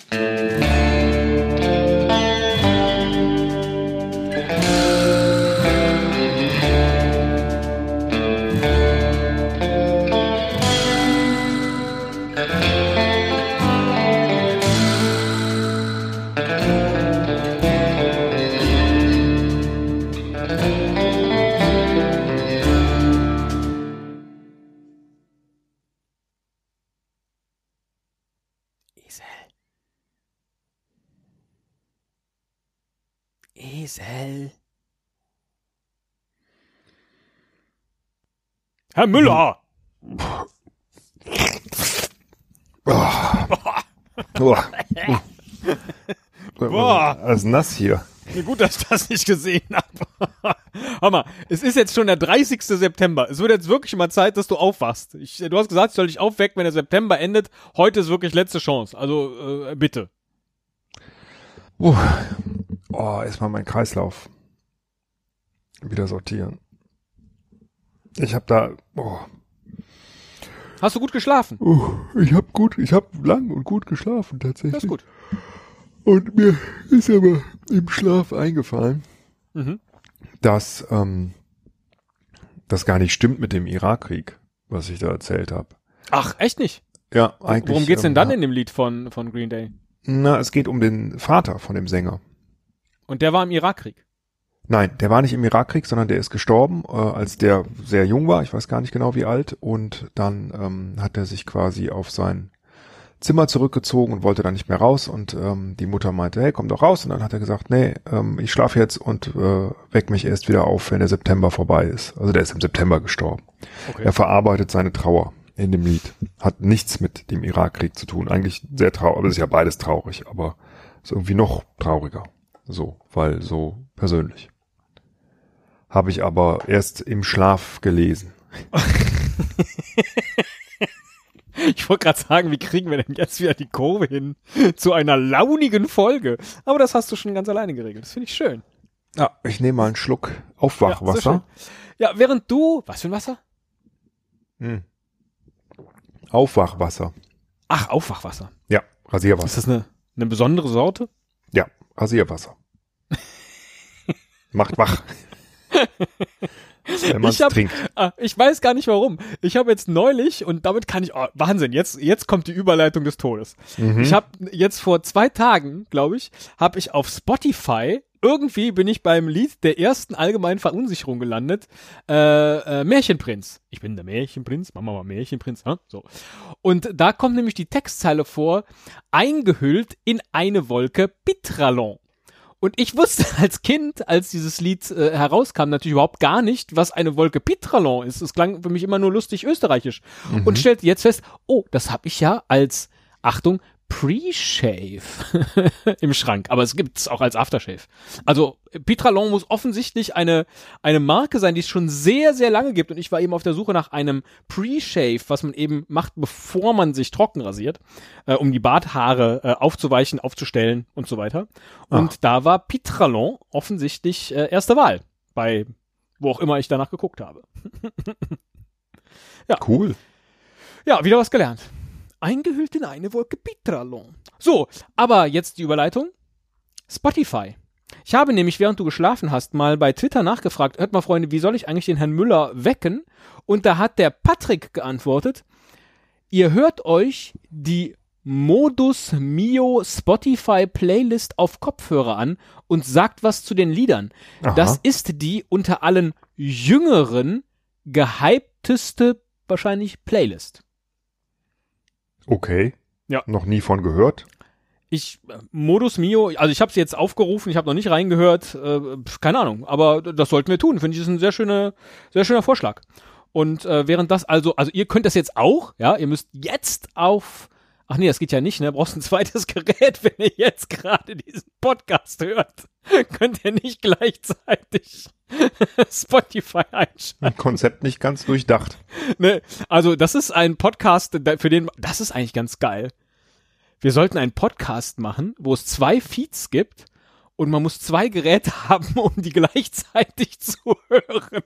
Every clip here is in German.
Esel. Herr Müller! Boah. Alles nass hier. Ja, gut, dass ich das nicht gesehen habe. Hör mal, es ist jetzt schon der 30. September. Es wird jetzt wirklich mal Zeit, dass du aufwachst. Du hast gesagt, ich soll dich aufwecken, wenn der September endet. Heute ist wirklich letzte Chance. Also bitte. Erstmal meinen Kreislauf wieder sortieren. Ich habe da... Hast du gut geschlafen? Ich habe lang und gut geschlafen tatsächlich. Das ist gut. Und mir ist aber im Schlaf eingefallen, dass das gar nicht stimmt mit dem Irakkrieg, was ich da erzählt habe. Ach, echt nicht? Ja, eigentlich. Worum geht's denn dann in dem Lied von Green Day? Na, es geht um den Vater von dem Sänger. Und der war im Irakkrieg? Nein, der war nicht im Irakkrieg, sondern der ist gestorben, als der sehr jung war. Ich weiß gar nicht genau wie alt. Und dann hat er sich quasi auf sein Zimmer zurückgezogen und wollte dann nicht mehr raus. Und die Mutter meinte, hey, komm doch raus. Und dann hat er gesagt, nee, ich schlafe jetzt und weck mich erst wieder auf, wenn der September vorbei ist. Also der ist im September gestorben. Okay. Er verarbeitet seine Trauer in dem Lied. Hat nichts mit dem Irakkrieg zu tun. Eigentlich sehr traurig, aber es ist ja beides traurig, aber ist irgendwie noch trauriger. So, weil so persönlich. Habe ich aber erst im Schlaf gelesen. Ich wollte gerade sagen, wie kriegen wir denn jetzt wieder die Kurve hin zu einer launigen Folge? Aber das hast du schon ganz alleine geregelt. Das finde ich schön. Ja, ich nehme mal einen Schluck Aufwachwasser. Ja, während du... Was für ein Wasser? Aufwachwasser. Ach, Aufwachwasser. Ja, Rasierwasser. Ist das eine besondere Sorte? Ja, Rasierwasser. Macht wach. Wenn man es trinkt. Ich weiß gar nicht warum. Ich habe jetzt neulich, und damit kann ich, Wahnsinn, jetzt kommt die Überleitung des Todes. Ich habe jetzt vor 2 Tagen, glaube ich, habe ich auf Spotify, irgendwie bin ich beim Lied der ersten allgemeinen Verunsicherung gelandet, Märchenprinz. Ich bin der Märchenprinz, Mama war Märchenprinz, so. Und da kommt nämlich die Textzeile vor, eingehüllt in eine Wolke Pitralon. Und ich wusste als Kind, als dieses Lied herauskam, natürlich überhaupt gar nicht, was eine Wolke Pitralon ist. Es klang für mich immer nur lustig österreichisch. Und stellte jetzt fest, das habe ich ja als, Achtung, Pre-Shave im Schrank. Aber es gibt es auch als Aftershave. Also Pitralon muss offensichtlich eine Marke sein, die es schon sehr, sehr lange gibt. Und ich war eben auf der Suche nach einem Pre-Shave, was man eben macht, bevor man sich trocken rasiert, um die Barthaare aufzuweichen, aufzustellen und so weiter. Und da war Pitralon offensichtlich erste Wahl, bei wo auch immer ich danach geguckt habe. Ja. Cool. Ja, wieder was gelernt. Eingehüllt in eine Wolke Pitralon. So, aber jetzt die Überleitung. Spotify. Ich habe nämlich, während du geschlafen hast, mal bei Twitter nachgefragt, hört mal Freunde, wie soll ich eigentlich den Herrn Müller wecken? Und da hat der Patrick geantwortet, ihr hört euch die Modus Mio Spotify Playlist auf Kopfhörer an und sagt was zu den Liedern. Aha. Das ist die unter allen jüngeren, gehypteste wahrscheinlich Playlist. Okay. Ja. Noch nie von gehört. Modus Mio, also ich habe sie jetzt aufgerufen, ich habe noch nicht reingehört, keine Ahnung, aber das sollten wir tun, finde ich, ist ein sehr schöner Vorschlag. Und während das also ihr könnt das jetzt auch, ja, ihr müsst jetzt ach nee, das geht ja nicht, ne, brauchst ein zweites Gerät, wenn ihr jetzt gerade diesen Podcast hört, könnt ihr nicht gleichzeitig Spotify einschalten. Ein Konzept nicht ganz durchdacht. Ne, also das ist ein Podcast, das ist eigentlich ganz geil. Wir sollten einen Podcast machen, wo es 2 Feeds gibt und man muss 2 Geräte haben, um die gleichzeitig zu hören.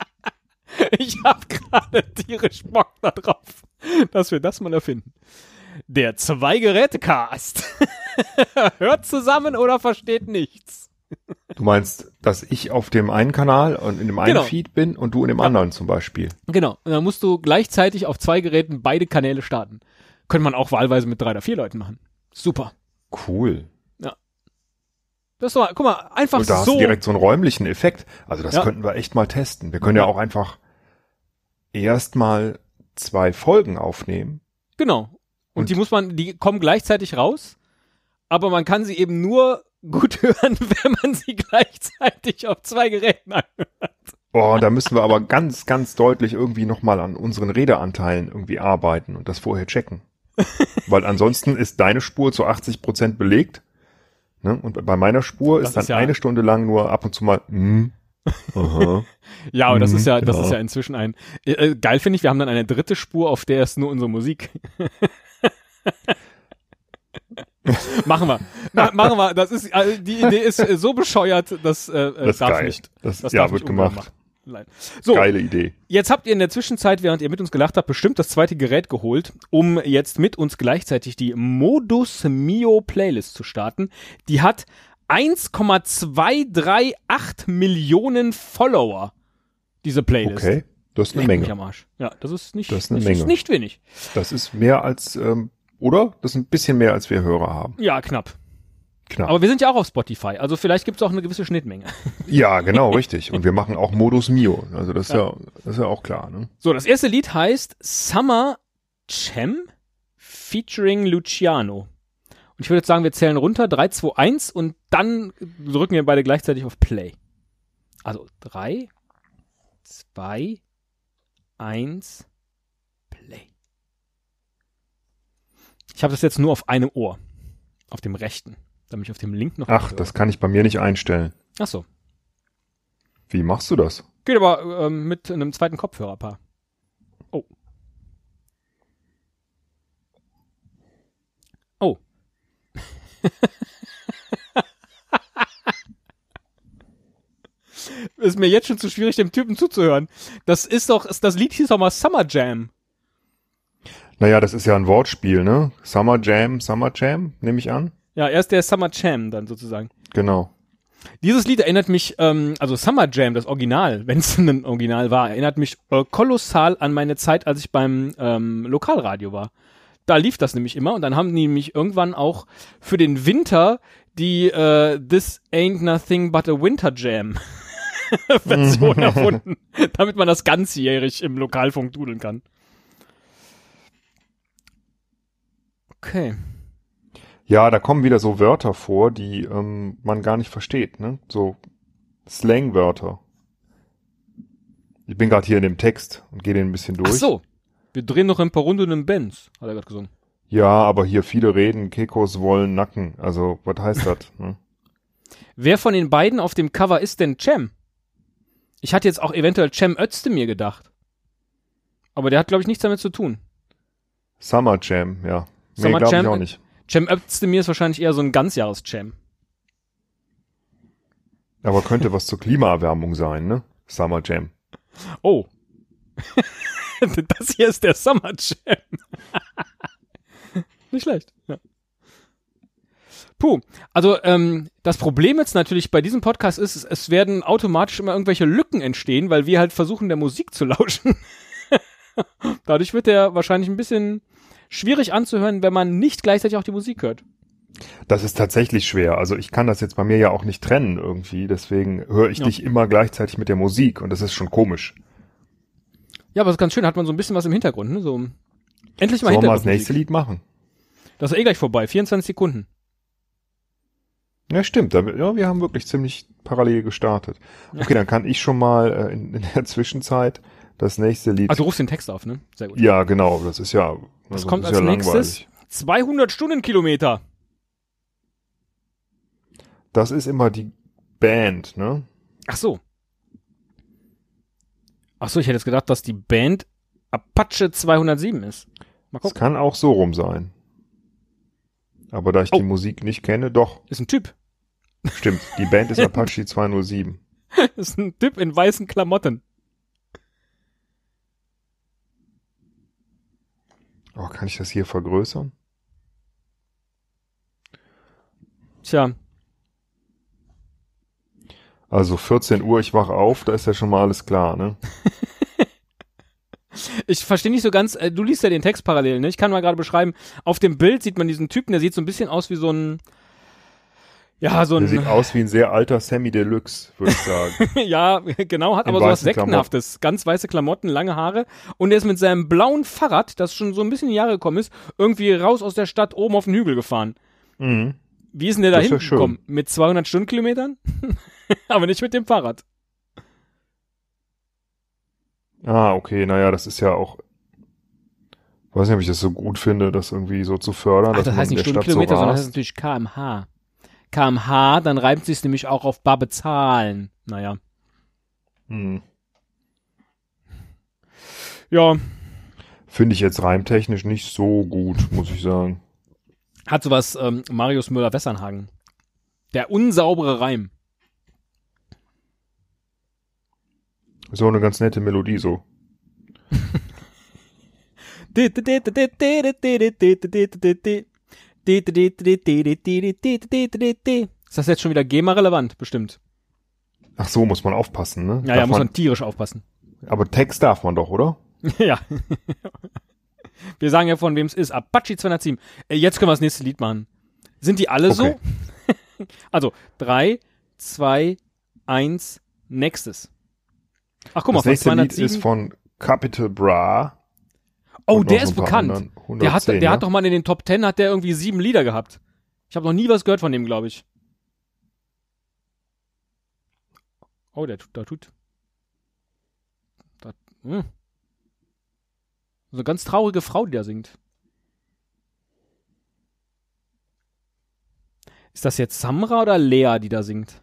Ich habe gerade tierisch Bock da drauf, dass wir das mal erfinden. Der Zwei-Geräte-Cast. Hört zusammen oder versteht nichts. Du meinst, dass ich auf dem einen Kanal und in dem einen Feed bin und du in dem anderen zum Beispiel? Genau. Und dann musst du gleichzeitig auf 2 Geräten beide Kanäle starten. Könnte man auch wahlweise mit 3 oder 4 Leuten machen. Super. Cool. Ja. Das ist doch, guck mal, einfach und da hast du direkt so einen räumlichen Effekt. Also das könnten wir echt mal testen. Wir können ja auch einfach erstmal 2 Folgen aufnehmen. Genau. Und die kommen gleichzeitig raus, aber man kann sie eben nur gut hören, wenn man sie gleichzeitig auf 2 Geräten anhört. Oh, da müssen wir aber ganz, ganz deutlich irgendwie nochmal an unseren Redeanteilen irgendwie arbeiten und das vorher checken. Weil ansonsten ist deine Spur zu 80% belegt, ne? Und bei meiner Spur ist dann eine Stunde lang nur ab und zu mal aha. Ja, aber das ist ja inzwischen geil finde ich, wir haben dann eine 3. Spur, auf der ist nur unsere Musik. Machen wir. Das ist, die Idee ist so bescheuert, das darf geil. Nicht. Das darf wird nicht gemacht. So, geile Idee. Jetzt habt ihr in der Zwischenzeit, während ihr mit uns gelacht habt, bestimmt das 2. Gerät geholt, um jetzt mit uns gleichzeitig die Modus Mio Playlist zu starten. Die hat 1,238 Millionen Follower, diese Playlist. Okay, das ist eine Menge. Am Arsch. Ja, das ist nicht wenig. Das ist mehr als, oder? Das ist ein bisschen mehr, als wir Hörer haben. Ja, knapp. Aber wir sind ja auch auf Spotify, also vielleicht gibt es auch eine gewisse Schnittmenge. Ja, genau, richtig. Und wir machen auch Modus Mio, also das ist ja auch klar. Ne? So, das erste Lied heißt Summer Jam featuring Luciano. Und ich würde jetzt sagen, wir zählen runter, 3, 2, 1 und dann drücken wir beide gleichzeitig auf Play. Also 3, 2, 1, Play. Ich habe das jetzt nur auf einem Ohr, auf dem rechten. Damit ich auf dem linken noch. Ach, das kann ich bei mir nicht einstellen. Ach so. Wie machst du das? Geht aber mit einem zweiten Kopfhörerpaar. Oh. Oh. Ist mir jetzt schon zu schwierig, dem Typen zuzuhören. Das Lied hieß doch mal Summer Jam. Naja, das ist ja ein Wortspiel, ne? Summer Jam, nehme ich an. Ja, erst der Summer Jam dann sozusagen. Genau. Dieses Lied erinnert mich, also Summer Jam, das Original, wenn es ein Original war, erinnert mich kolossal an meine Zeit, als ich beim Lokalradio war. Da lief das nämlich immer und dann haben die nämlich irgendwann auch für den Winter die This Ain't Nothing But a Winter Jam Version erfunden, damit man das ganzjährig im Lokalfunk dudeln kann. Okay. Ja, da kommen wieder so Wörter vor, die man gar nicht versteht, ne? So Slangwörter. Ich bin gerade hier in dem Text und gehe den ein bisschen durch. Ach so. Wir drehen noch ein paar Runden im Benz, hat er gerade gesungen. Ja, aber hier viele reden, Kekos wollen Nacken. Also, was heißt das? Ne? Wer von den beiden auf dem Cover ist denn Cem? Ich hatte jetzt auch eventuell Cem Özdemir gedacht. Aber der hat, glaube ich, nichts damit zu tun. Summer Jam, ja. Summer glaube Jam, ich auch nicht. Cem Özdemir ist wahrscheinlich eher so ein Ganzjahres-Cem. Aber könnte was zur Klimaerwärmung sein, ne? Summer Jam. Oh. Das hier ist der Summer Jam. Nicht schlecht. Ja. Puh, also das Problem jetzt natürlich bei diesem Podcast ist, es werden automatisch immer irgendwelche Lücken entstehen, weil wir halt versuchen, der Musik zu lauschen. Dadurch wird der wahrscheinlich ein bisschen schwierig anzuhören, wenn man nicht gleichzeitig auch die Musik hört. Das ist tatsächlich schwer. Also ich kann das jetzt bei mir ja auch nicht trennen irgendwie, deswegen höre ich dich immer gleichzeitig mit der Musik und das ist schon komisch. Ja, aber das ist ganz schön, hat man so ein bisschen was im Hintergrund, ne? So endlich mal Sollen wir Hintergrund. das nächste Lied machen? Das ist gleich vorbei, 24 Sekunden. Ja, stimmt. Wir haben wirklich ziemlich parallel gestartet. Okay, dann kann ich schon mal in der Zwischenzeit das nächste Lied. Also du rufst den Text auf, ne? Sehr gut. Ja, genau. Das ist ja. Was kommt als nächstes? 200 Stundenkilometer. Das ist immer die Band, ne? Ach so, ich hätte jetzt gedacht, dass die Band Apache 207 ist. Mal gucken. Das kann auch so rum sein. Aber da ich die Musik nicht kenne, doch. Ist ein Typ. Stimmt, die Band ist Apache 207. Ist ein Typ in weißen Klamotten. Oh, kann ich das hier vergrößern? Tja. Also 14 Uhr, ich wach auf, da ist ja schon mal alles klar, ne? Ich verstehe nicht so ganz, du liest ja den Text parallel, ne? Ich kann mal gerade beschreiben, auf dem Bild sieht man diesen Typen, der sieht so ein bisschen aus wie so ein, ja, so Der ein, sieht aus wie ein sehr alter Sammy Deluxe, würde ich sagen. ja, genau, hat In aber sowas weißen Sektenhaftes, ganz weiße Klamotten, lange Haare und der ist mit seinem blauen Fahrrad, das schon so ein bisschen in die Jahre gekommen ist, irgendwie raus aus der Stadt oben auf den Hügel gefahren. Mhm. Wie ist denn der da Das ist ja hingekommen? Mit 200 Stundenkilometern? Aber nicht mit dem Fahrrad. Ah, okay, naja, das ist ja auch, weiß nicht, ob ich das so gut finde, das irgendwie so zu fördern, Ach, dass das man heißt in nicht der Stadt so Stundenkilometer, sondern das heißt rast. natürlich kmh. kmh, dann reimt sich nämlich auch auf bar bezahlen. Naja. Hm. Ja, Finde ich jetzt reimtechnisch nicht so gut, muss ich sagen. hat sowas Marius Müller-Westernhagen. Der unsaubere Reim. Ist auch eine ganz nette Melodie so. Ist das jetzt schon wieder GEMA-relevant? Bestimmt. Ach so, muss man aufpassen, ne? Ja, Darf muss man tierisch aufpassen. aber Text darf man doch, oder? Ja. Wir sagen ja, von wem es ist. Apache 207. Jetzt können wir das nächste Lied machen. Sind die alle Okay. so? Also, 3, 2, 1, nächstes. Ach, guck mal, Das von nächste Lied 207. ist von Capital Bra. Oh, und der noch so ist ein paar bekannt. anderen. Der hat 110, ja? doch mal in den Top 10 hat der irgendwie 7 Lieder gehabt. Ich habe noch nie was gehört von dem, glaube ich. Oh, da tut. So eine ganz traurige Frau, die da singt. Ist das jetzt Samra oder Lea, die da singt?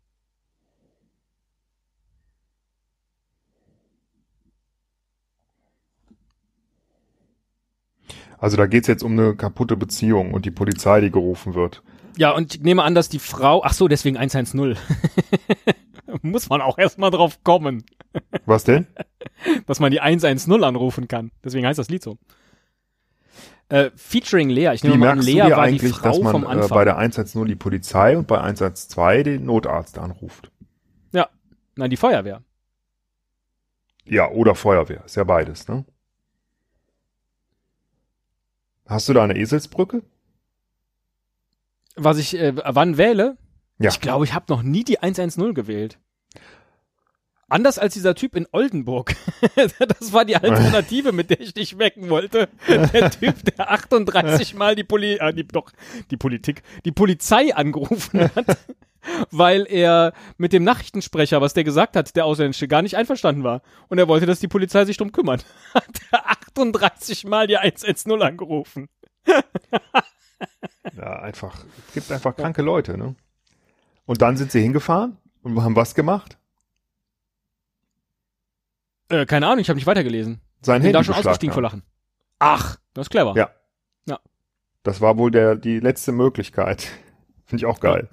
Also da geht's jetzt um eine kaputte Beziehung und die Polizei, die gerufen wird. Ja, und ich nehme an, dass die Frau. Ach so, deswegen 110. Muss man auch erstmal drauf kommen, Was denn? dass man die 110 anrufen kann. Deswegen heißt das Lied so. Featuring Lea. Ich nehme Wie mal an, merkst du Lea dir war die eigentlich, Frau dass man vom Anfang. bei der 110 die Polizei und bei 112 den Notarzt anruft? Ja, nein, die Feuerwehr. Ja, oder Feuerwehr. Ist ja beides, ne? Hast du da eine Eselsbrücke? Was ich wann wähle? Ja. Ich glaube, ich habe noch nie die 110 gewählt. Anders als dieser Typ in Oldenburg. Das war die Alternative, mit der ich dich wecken wollte. Der Typ, der 38 Mal die Polizei angerufen hat, weil er mit dem Nachrichtensprecher, was der gesagt hat, der Ausländische, gar nicht einverstanden war. Und er wollte, dass die Polizei sich drum kümmert. Hat er 38 Mal die 110 angerufen. Ja, es gibt einfach kranke Leute, ne? Und dann sind sie hingefahren und haben was gemacht? Keine Ahnung, ich habe nicht weitergelesen. Sein Bin Handy da schon ausgestiegen vor beschlagnahmen. Lachen. Ach, das ist clever. Ja. Ja. Das war wohl die letzte Möglichkeit. Finde ich auch geil.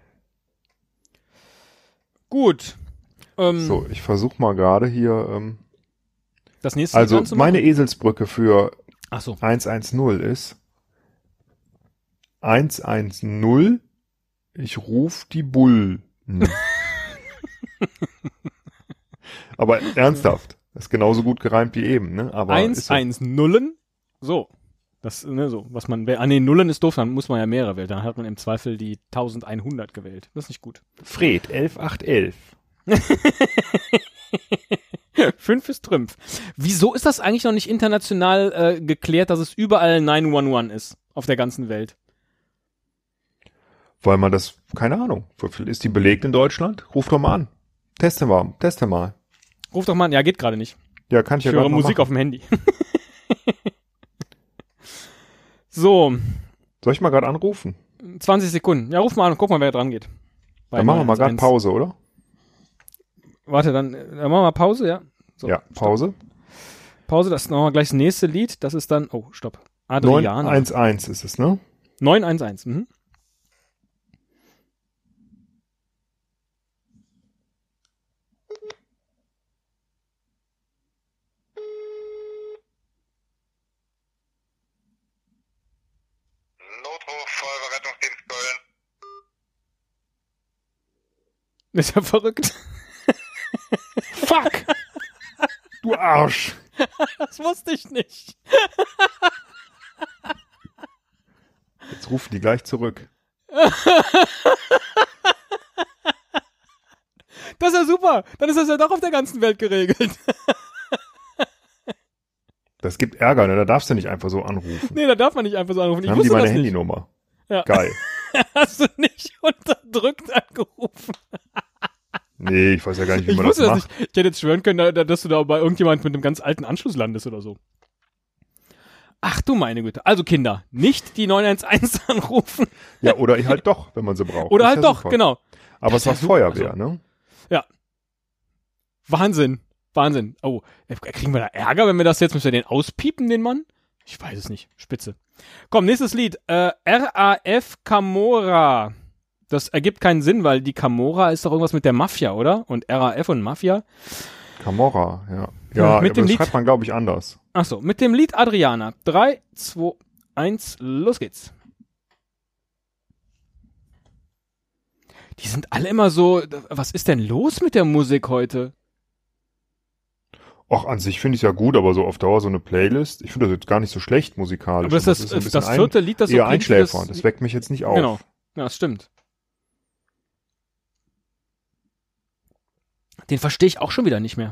Gut. So, ich versuche mal gerade hier. Das nächste Also Lied anzumachen? meine Eselsbrücke für Ach so. 110 ist 110, ich ruf die Bullen. Aber ernsthaft, das ist genauso gut gereimt wie eben, ne? Aber ist so. 110. So. Das, ne, so. Was man, nee, Nullen ist doof, dann muss man ja mehrere wählen. Dann hat man im Zweifel die 1100 gewählt. Das ist nicht gut. Fred, 11811. 5 ist Trümpf. Wieso ist das eigentlich noch nicht international geklärt, dass es überall 911 ist? Auf der ganzen Welt? Weil man das, keine Ahnung, wie viel ist die belegt in Deutschland? Ruf doch mal an. Teste mal. Ruf doch mal an. Ja, geht gerade nicht. Ja, kann ich Ich ja höre gerade mal Musik machen. auf dem Handy. So. Soll ich mal gerade anrufen? 20 Sekunden. Ja, ruf mal an und guck mal, wer dran geht. Dann machen wir mal gerade 911. Pause, oder? Warte, dann machen wir mal Pause, ja? So, Ja, Pause. Pause, das ist nochmal gleich das nächste Lied. Das ist dann, oh, stopp. Adriana. 911 ist es, ne? 911, mhm. Notruf, Feuerwehrrettungsdienst Köln. Ist ja verrückt. Fuck! Du Arsch! Das wusste ich nicht. Jetzt rufen die gleich zurück. Das ist ja super. Dann ist das ja doch auf der ganzen Welt geregelt. Das gibt Ärger, ne? Da darfst du nicht einfach so anrufen. Nee, da darf man nicht einfach so anrufen. Dann haben die meine Handynummer. Ja. Geil. Hast du nicht unterdrückt angerufen? Nee, ich weiß ja gar nicht, wie man das wusste macht. Nicht. Ich hätte jetzt schwören können, dass du da bei irgendjemand mit einem ganz alten Anschluss landest oder so. Ach du meine Güte. Also Kinder, nicht die 911 anrufen. Ja, oder halt doch, wenn man sie braucht. Oder Das halt ist ja doch, super. genau. Aber es war Feuerwehr, also, ne? Ja. Wahnsinn. Oh, kriegen wir da Ärger, wenn wir das jetzt, müssen wir den auspiepen, den Mann? Ich weiß es nicht. Spitze. Komm, nächstes Lied. RAF Camorra. Das ergibt keinen Sinn, weil die Camorra ist doch irgendwas mit der Mafia, oder? Und RAF und Mafia. Camorra, ja. Ja, mit aber dem das Lied schreibt man, glaube ich, anders. Ach so, mit dem Lied Adriana. 3, 2, 1, los geht's. Die sind alle immer so, was ist denn los mit der Musik heute? Och, an sich finde ich es ja gut, aber so auf Dauer so eine Playlist, ich finde das jetzt gar nicht so schlecht musikalisch. Aber das ist so ein bisschen das vierte Lied, das so eher klingt wie einschläfernd. Das weckt mich jetzt nicht auf. Genau, ja, das stimmt. Den verstehe ich auch schon wieder nicht mehr.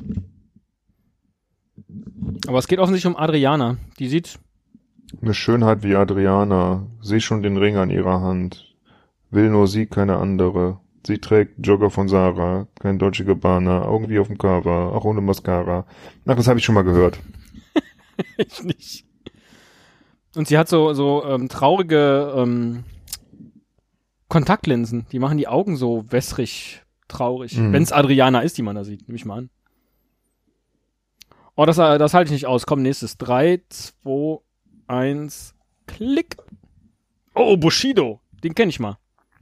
Aber es geht offensichtlich um Adriana. Die sieht... Eine Schönheit wie Adriana, seh schon den Ring an ihrer Hand. Will nur sie, keine andere. Sie trägt Jogger von Sarah, kein Dolce Gabbana, Augen wie auf dem Cover, auch ohne Mascara. Ach, das habe ich schon mal gehört. Ich nicht. Und sie hat so traurige Kontaktlinsen. Die machen die Augen so wässrig, traurig. Wenn es Adriana ist, die man da sieht, nehme ich mal an. Oh, das halte ich nicht aus. Komm, nächstes. 3, 2, 1, klick. Oh, Bushido. Den kenne ich mal.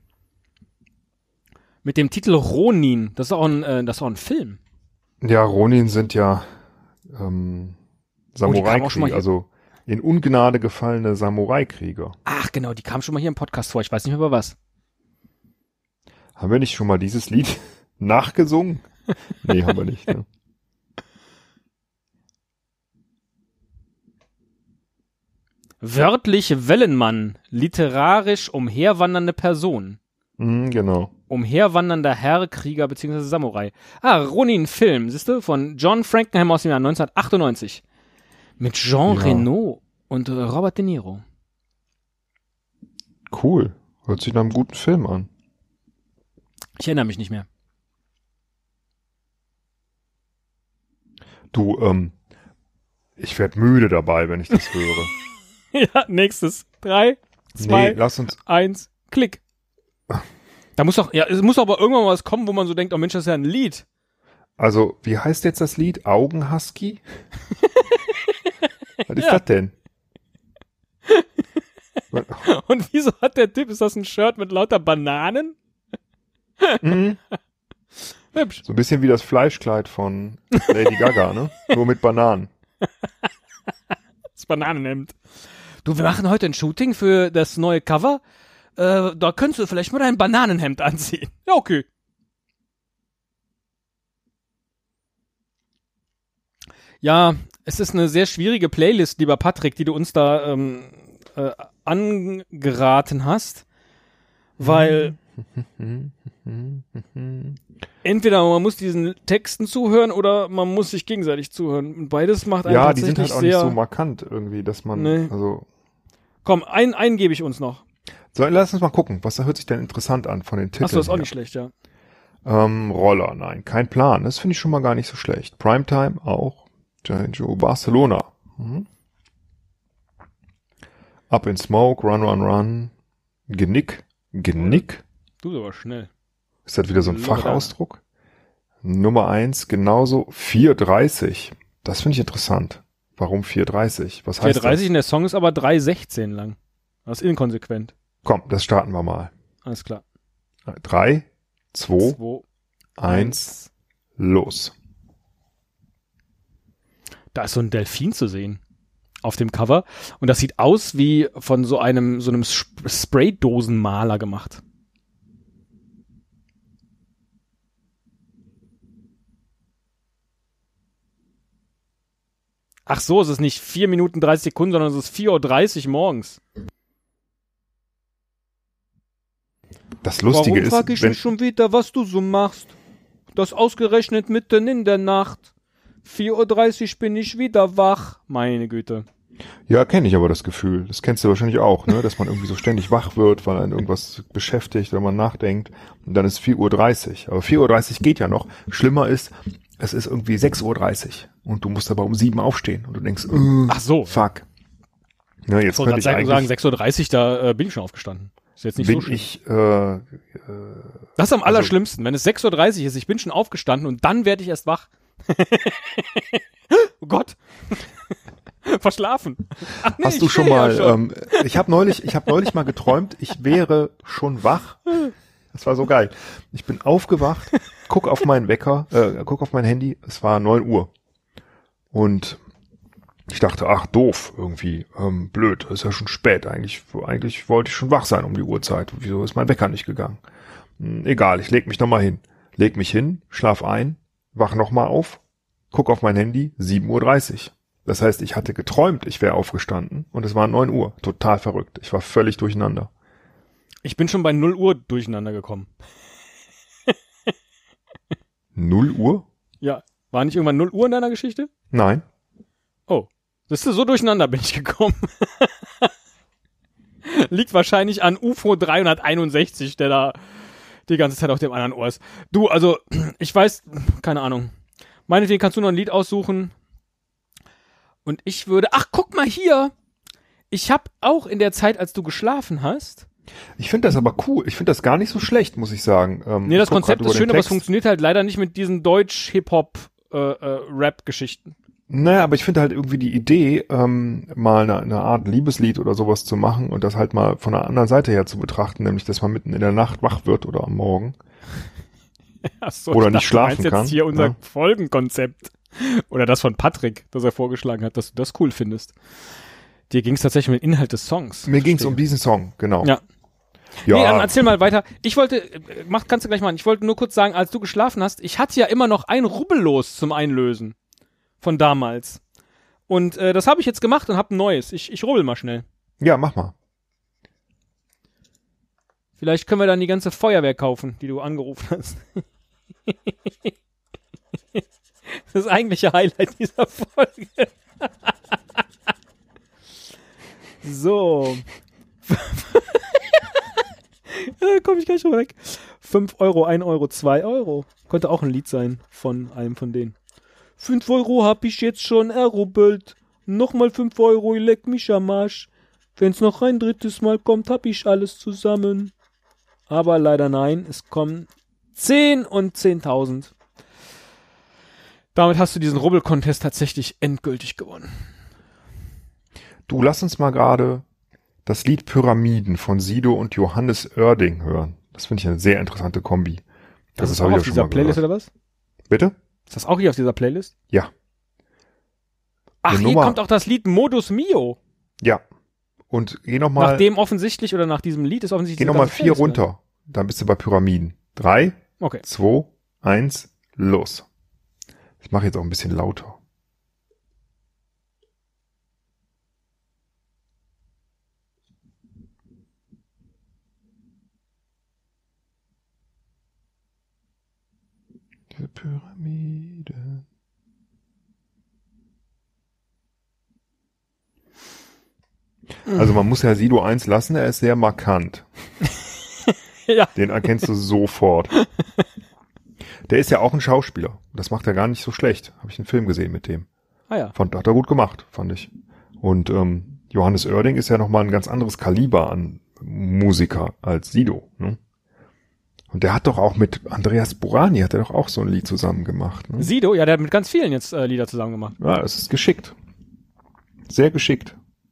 Mit dem Titel Ronin. Das ist auch ein Film. Ja, Ronin sind ja Samurai-Krieger, also in Ungnade gefallene Samurai-Krieger. Ach genau, die kamen schon mal hier im Podcast vor. Ich weiß nicht mehr über was. Haben wir nicht schon mal dieses Lied nachgesungen? Nee, haben wir nicht. Ne? Wörtlich Wellenmann, literarisch umherwandernde Person. Genau. Umherwandernder Herr, Krieger bzw. Samurai. Ronin Film, siehst du, von John Frankenheimer aus dem Jahr 1998. Mit Jean Reno und Robert De Niro. Cool. Hört sich nach einem guten Film an. Ich erinnere mich nicht mehr. Du, ich werde müde dabei, wenn ich das höre. Ja, nächstes. 3, 2, 1, klick. Da muss doch, es muss aber irgendwann mal was kommen, wo man so denkt, oh Mensch, das ist ja ein Lied. Also, wie heißt jetzt das Lied? Augenhusky? Was ist das denn? Und wieso hat der Typ, ist das ein Shirt mit lauter Bananen? Hübsch. So ein bisschen wie das Fleischkleid von Lady Gaga, ne? Nur mit Bananen. Das Bananenhemd. Du, wir machen heute ein Shooting für das neue Cover. Da könntest du vielleicht mal dein Bananenhemd anziehen. Ja, okay. Ja, es ist eine sehr schwierige Playlist, lieber Patrick, die du uns da angeraten hast. Weil entweder man muss diesen Texten zuhören oder man muss sich gegenseitig zuhören. Und beides macht einen ja, die tatsächlich sind halt auch sehr... nicht so markant irgendwie, dass man, also... Komm, einen gebe ich uns noch. So, lass uns mal gucken, was da hört sich denn interessant an von den Titeln. Achso, ist auch nicht schlecht, ja. Roller, nein, kein Plan. Das finde ich schon mal gar nicht so schlecht. Primetime auch. Joe Barcelona. Up in Smoke, Run, Run, Run. Genick. Du bist aber schnell. Ist das wieder so ein Fachausdruck? Nummer 1, genauso 4:30. Das finde ich interessant. Warum 4:30? Was heißt 4:30 das? in der Song ist aber 3:16 lang. Das ist inkonsequent. Komm, das starten wir mal. Alles klar. 3, 2, 1, los. Da ist so ein Delfin zu sehen auf dem Cover und das sieht aus wie von so einem Spraydosenmaler gemacht. Ach so, es ist nicht 4 Minuten 30 Sekunden, sondern es ist 4:30 Uhr morgens. Das Lustige Warum ist, frag ich dich schon wieder, was du so machst? Das ausgerechnet mitten in der Nacht. 4:30 Uhr bin ich wieder wach. Meine Güte. ja, kenne ich aber das Gefühl. Das kennst du wahrscheinlich auch, ne? Dass man irgendwie so ständig wach wird, weil einen irgendwas beschäftigt, wenn man nachdenkt. Und dann ist 4:30 Uhr. Aber 4:30 Uhr geht ja noch. Schlimmer ist, es ist irgendwie 6:30 Uhr. Und du musst aber um 7 aufstehen. Und du denkst, Ach so. fuck. Ja, jetzt Ich wollte könnte ich gerade sagen, eigentlich, 6:30 Uhr, da bin ich schon aufgestanden. Ist jetzt nicht so bin schlimm. ich, Das ist am allerschlimmsten, wenn es 6:30 Uhr ist, ich bin schon aufgestanden und dann werde ich erst wach. Oh Gott. Verschlafen. Ach nee, hast du ich schon stehe ja mal, schon. ich habe neulich mal geträumt, ich wäre schon wach. Das war so geil. Ich bin aufgewacht, guck auf meinen Wecker, guck auf mein Handy, es war 9 Uhr. Und ich dachte, ach doof, irgendwie, blöd, ist ja schon spät. Eigentlich wollte ich schon wach sein um die Uhrzeit. Wieso ist mein Wecker nicht gegangen? Egal, ich leg mich nochmal hin. Leg mich hin, schlaf ein, wach nochmal auf, guck auf mein Handy, 7:30 Uhr. Das heißt, ich hatte geträumt, ich wäre aufgestanden und es war 9 Uhr. Total verrückt. Ich war völlig durcheinander. Ich bin schon bei 0 Uhr durcheinander gekommen. 0 Uhr? Ja. War nicht irgendwann 0 Uhr in deiner Geschichte? Nein. Oh. Das ist so durcheinander bin ich gekommen. Liegt wahrscheinlich an UFO 361, der da die ganze Zeit auf dem anderen Ohr ist. Du, also, ich weiß, keine Ahnung. Meinetwegen kannst du noch ein Lied aussuchen. Und ich würde, ach, guck mal hier. Ich habe auch in der Zeit, als du geschlafen hast. Ich finde das aber cool. Ich finde das gar nicht so schlecht, muss ich sagen. Nee, das Konzept ist schön, aber es Text. funktioniert halt leider nicht mit diesen Deutsch-Hip-Hop-Rap-Geschichten. Naja, aber ich finde halt irgendwie die Idee, mal eine Art Liebeslied oder sowas zu machen und das halt mal von der anderen Seite her zu betrachten, nämlich, dass man mitten in der Nacht wach wird oder am Morgen. Achso, Oder ich nicht dachte, schlafen du meinst kann, jetzt hier unser ja. Folgenkonzept. Oder das von Patrick, das er vorgeschlagen hat, dass du das cool findest. Dir ging es tatsächlich um den Inhalt des Songs. Mir ging es um diesen Song, genau. Ja. Ja, Nee, dann erzähl mal weiter. Ich wollte, kannst du gleich machen. Ich wollte nur kurz sagen, als du geschlafen hast, ich hatte ja immer noch ein Rubbellos zum Einlösen. Von damals. Und das habe ich jetzt gemacht und habe ein neues. Ich rubbel mal schnell. ja, mach mal. Vielleicht können wir dann die ganze Feuerwehr kaufen, die du angerufen hast. Das eigentliche Highlight dieser Folge. So. Ja, komm ich gleich schon weg. 5 Euro, 1 Euro, 2 Euro. Könnte auch ein Lied sein von einem von denen. 5 Euro hab ich jetzt schon errubbelt. Nochmal 5 Euro, ich leck mich am Arsch. Wenn's noch ein drittes Mal kommt, hab ich alles zusammen. Aber leider nein, es kommen 10 und 10.000. Damit hast du diesen Rubbel-Contest tatsächlich endgültig gewonnen. Du, lass uns mal gerade das Lied Pyramiden von Sido und Johannes Oerding hören. Das finde ich eine sehr interessante Kombi. Das ist hab auch ich auf ja schon dieser mal Playlist gehört. oder was? Bitte? Ist das auch hier auf dieser Playlist? Ja. Ach, Eine hier Nummer- kommt auch das Lied Modus Mio. Ja. Und geh Nach nochmal dem offensichtlich oder nach diesem Lied ist offensichtlich. noch mal 4 runter. Dann bist du bei Pyramiden. 3, Okay. 2, 1, los. Ich mache jetzt auch ein bisschen lauter. Die Pyramide. Also man muss ja Sido 1 lassen, er ist sehr markant. Ja. Den erkennst du sofort. Der ist ja auch ein Schauspieler. Das macht er gar nicht so schlecht. Habe ich einen Film gesehen mit dem. Ah ja. Hat er gut gemacht, fand ich. Und Johannes Oerding ist ja nochmal ein ganz anderes Kaliber an Musiker als Sido. Ne? Und der hat doch auch mit Andreas Burani, hat er doch auch so ein Lied zusammen gemacht. Ne? Sido, ja, der hat mit ganz vielen jetzt Lieder zusammen gemacht. Ja, es ist geschickt. Sehr geschickt.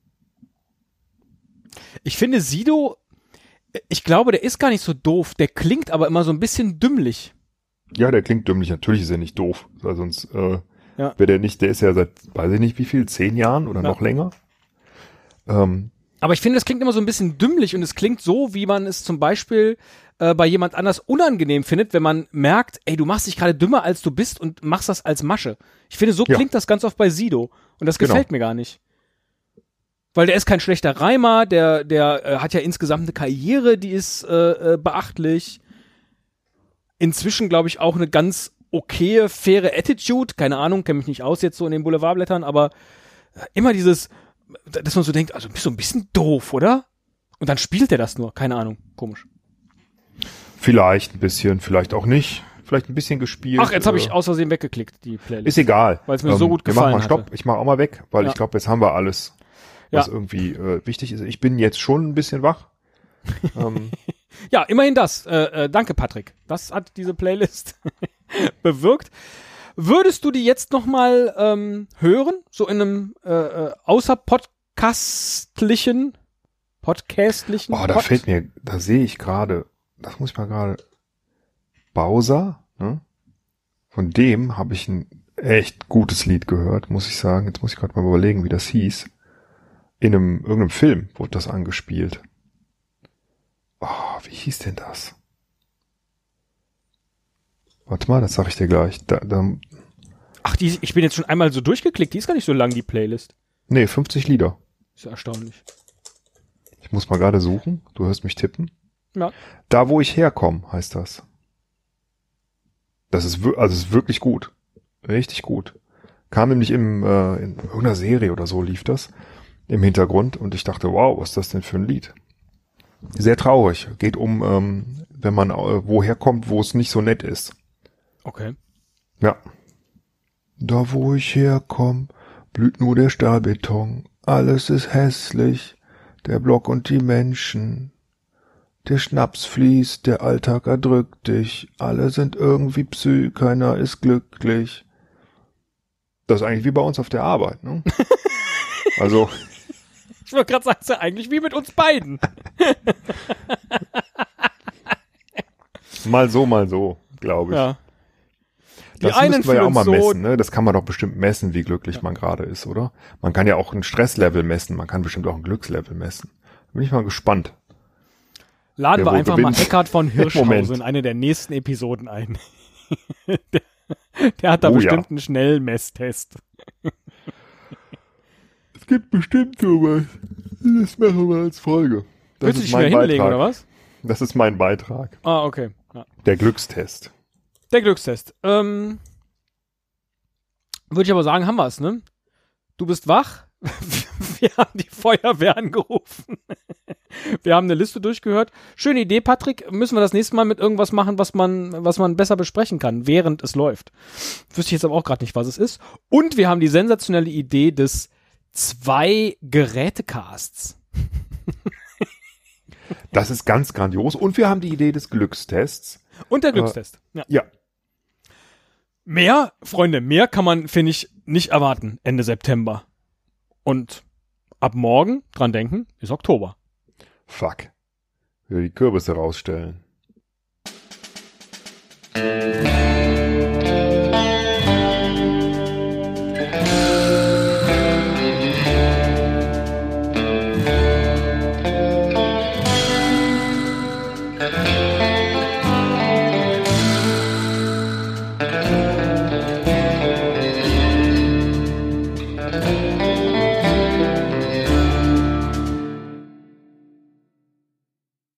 Ich finde Sido, ich glaube, der ist gar nicht so doof. Der klingt aber immer so ein bisschen dümmlich. Ja, der klingt dümmlich. Natürlich ist er nicht doof. Weil sonst Ja. wäre der nicht, der ist ja seit, weiß ich nicht wie viel, 10 Jahren oder Ja. noch länger. Aber ich finde, das klingt immer so ein bisschen dümmlich und es klingt so, wie man es zum Beispiel bei jemand anders unangenehm findet, wenn man merkt, ey, du machst dich gerade dümmer, als du bist und machst das als Masche. Ich finde, so Ja. klingt das ganz oft bei Sido. Und das gefällt mir gar nicht. Weil der ist kein schlechter Reimer, der hat ja insgesamt eine Karriere, die ist beachtlich. Inzwischen, glaube ich, auch eine ganz okaye, faire Attitude. Keine Ahnung, kenne mich nicht aus jetzt so in den Boulevardblättern, aber immer dieses, dass man so denkt, also bist du ein bisschen doof, oder? Und dann spielt er das nur. Keine Ahnung, komisch. Vielleicht ein bisschen, vielleicht auch nicht. Vielleicht ein bisschen gespielt. Ach, jetzt habe ich aus Versehen weggeklickt, die Playlist. Ist egal. Weil es mir so gut gefallen hat. Wir machen mal Stopp, ich mache auch mal weg, weil ich glaube, jetzt haben wir alles, was irgendwie wichtig ist. Ich bin jetzt schon ein bisschen wach. Ja, immerhin das. Danke, Patrick. Das hat diese Playlist bewirkt. Würdest du die jetzt noch mal hören? So in einem außerpodcastlichen? Da fällt mir, da sehe ich gerade, das muss ich mal gerade, Bowser, ne? Von dem habe ich ein echt gutes Lied gehört, muss ich sagen. Jetzt muss ich gerade mal überlegen, wie das hieß. In irgendeinem Film wurde das angespielt. Oh, wie hieß denn das? Warte mal, das sag ich dir gleich. Ach, ich bin jetzt schon einmal so durchgeklickt. Die ist gar nicht so lang, die Playlist. Nee, 50 Lieder. Ist ja erstaunlich. Ich muss mal gerade suchen. Du hörst mich tippen. Ja. Da, wo ich herkomme, heißt das. Das ist wirklich gut. Richtig gut. Kam nämlich in irgendeiner Serie oder so lief das im Hintergrund und ich dachte, wow, was ist das denn für ein Lied? Sehr traurig. Geht wenn man woher kommt, wo es nicht so nett ist. Okay. Ja. Da, wo ich herkomme, blüht nur der Stahlbeton. Alles ist hässlich. Der Block und die Menschen. Der Schnaps fließt, der Alltag erdrückt dich. Alle sind irgendwie psy, keiner ist glücklich. Das ist eigentlich wie bei uns auf der Arbeit, ne? Also. Ich wollte gerade sagen, es ist ja eigentlich wie mit uns beiden. Mal so, glaube ich. Ja. Das müssen wir ja auch mal messen, ne? Das kann man doch bestimmt messen, wie glücklich man gerade ist, oder? Man kann ja auch ein Stresslevel messen, man kann bestimmt auch ein Glückslevel messen. Da bin ich mal gespannt. Laden wir einfach mal Eckhard von Hirschhausen in eine der nächsten Episoden ein. der hat da bestimmt einen schnellen Messtest. Es gibt bestimmt sowas. Das machen wir als Folge. Willst du dich wieder hinlegen, oder was? Das ist mein Beitrag. Ah, okay. Ja. Der Glückstest. Der Glückstest. Würde ich aber sagen, haben wir es, ne? Du bist wach. Wir haben die Feuerwehr angerufen. Wir haben eine Liste durchgehört. Schöne Idee, Patrick. Müssen wir das nächste Mal mit irgendwas machen, was man besser besprechen kann, während es läuft. Wüsste ich jetzt aber auch gerade nicht, was es ist. Und wir haben die sensationelle Idee des 2-Gerätecasts. Das ist ganz grandios. Und wir haben die Idee des Glückstests. Und der Glückstest. Ja. Mehr, Freunde, mehr kann man, finde ich, nicht erwarten Ende September. Und ab morgen, dran denken, ist Oktober. Fuck. Wieder die Kürbisse rausstellen.